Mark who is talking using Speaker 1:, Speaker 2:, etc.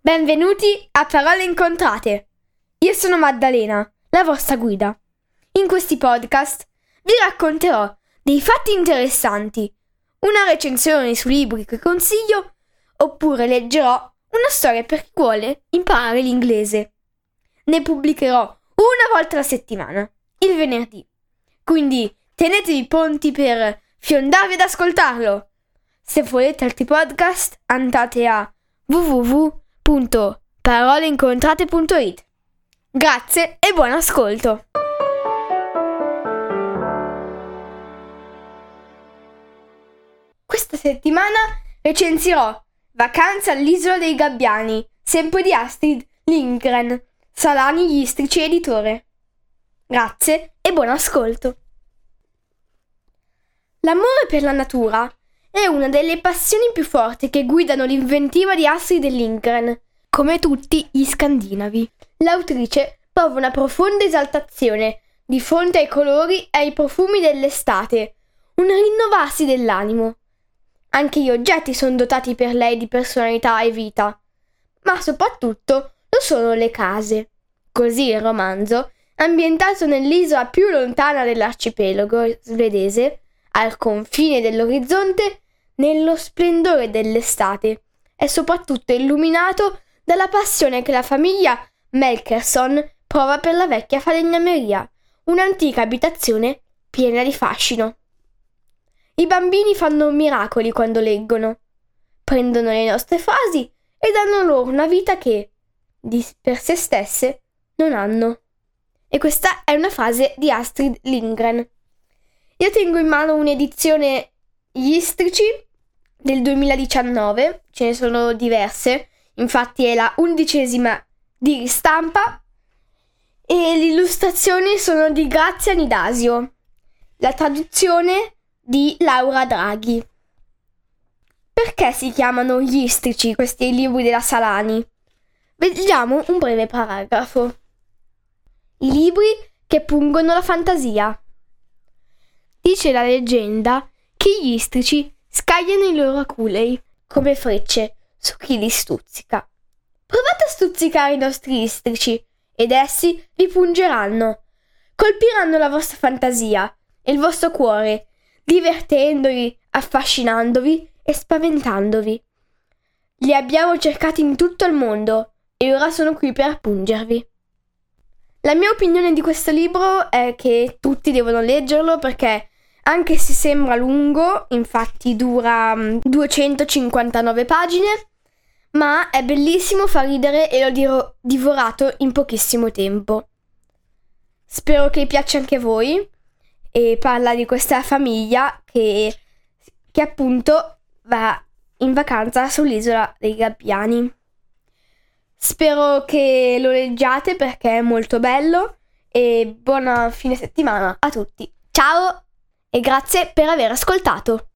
Speaker 1: Benvenuti a Parole Incontrate. Io sono Maddalena, la vostra guida. In questi podcast vi racconterò dei fatti interessanti, una recensione su libri che consiglio, oppure leggerò una storia per chi vuole imparare l'inglese. Ne pubblicherò una volta alla settimana, il venerdì. Quindi tenetevi pronti per fiondarvi ad ascoltarlo. Se volete altri podcast, andate a www.paroleincontrate.it. Grazie e buon ascolto! Questa settimana recensirò Vacanza all'Isola dei Gabbiani, sempre di Astrid Lindgren, Salani Gli Istrici editore. Grazie e buon ascolto! L'amore per la natura è una delle passioni più forti che guidano l'inventiva di Astrid Lindgren, come tutti gli scandinavi. L'autrice prova una profonda esaltazione di fronte ai colori e ai profumi dell'estate, un rinnovarsi dell'animo. Anche gli oggetti sono dotati per lei di personalità e vita, ma soprattutto lo sono le case. Così il romanzo, ambientato nell'isola più lontana dell'arcipelago svedese, al confine dell'orizzonte, nello splendore dell'estate, è soprattutto illuminato dalla passione che la famiglia Melkerson prova per la vecchia falegnameria, un'antica abitazione piena di fascino. I bambini fanno miracoli quando leggono, prendono le nostre frasi e danno loro una vita che, per se stesse, non hanno. E questa è una frase di Astrid Lindgren. Io tengo in mano un'edizione Gli Istrici del 2019, ce ne sono diverse, infatti è la 11ª di ristampa e le illustrazioni sono di Grazia Nidasio, la traduzione di Laura Draghi. Perché si chiamano Gli Istrici questi libri della Salani? Vediamo un breve paragrafo. I libri che pungono la fantasia. Dice la leggenda che gli istrici scagliano i loro aculei come frecce su chi li stuzzica. Provate a stuzzicare i nostri istrici ed essi vi pungeranno, colpiranno la vostra fantasia e il vostro cuore, divertendovi, affascinandovi e spaventandovi. Li abbiamo cercati in tutto il mondo e ora sono qui per pungervi. La mia opinione di questo libro è che tutti devono leggerlo perché, anche se sembra lungo, infatti dura 259 pagine, ma è bellissimo, fa ridere e l'ho divorato in pochissimo tempo. Spero che piaccia anche a voi e parla di questa famiglia che appunto va in vacanza sull'isola dei Gabbiani. Spero che lo leggiate perché è molto bello e buona fine settimana a tutti. Ciao! E grazie per aver ascoltato.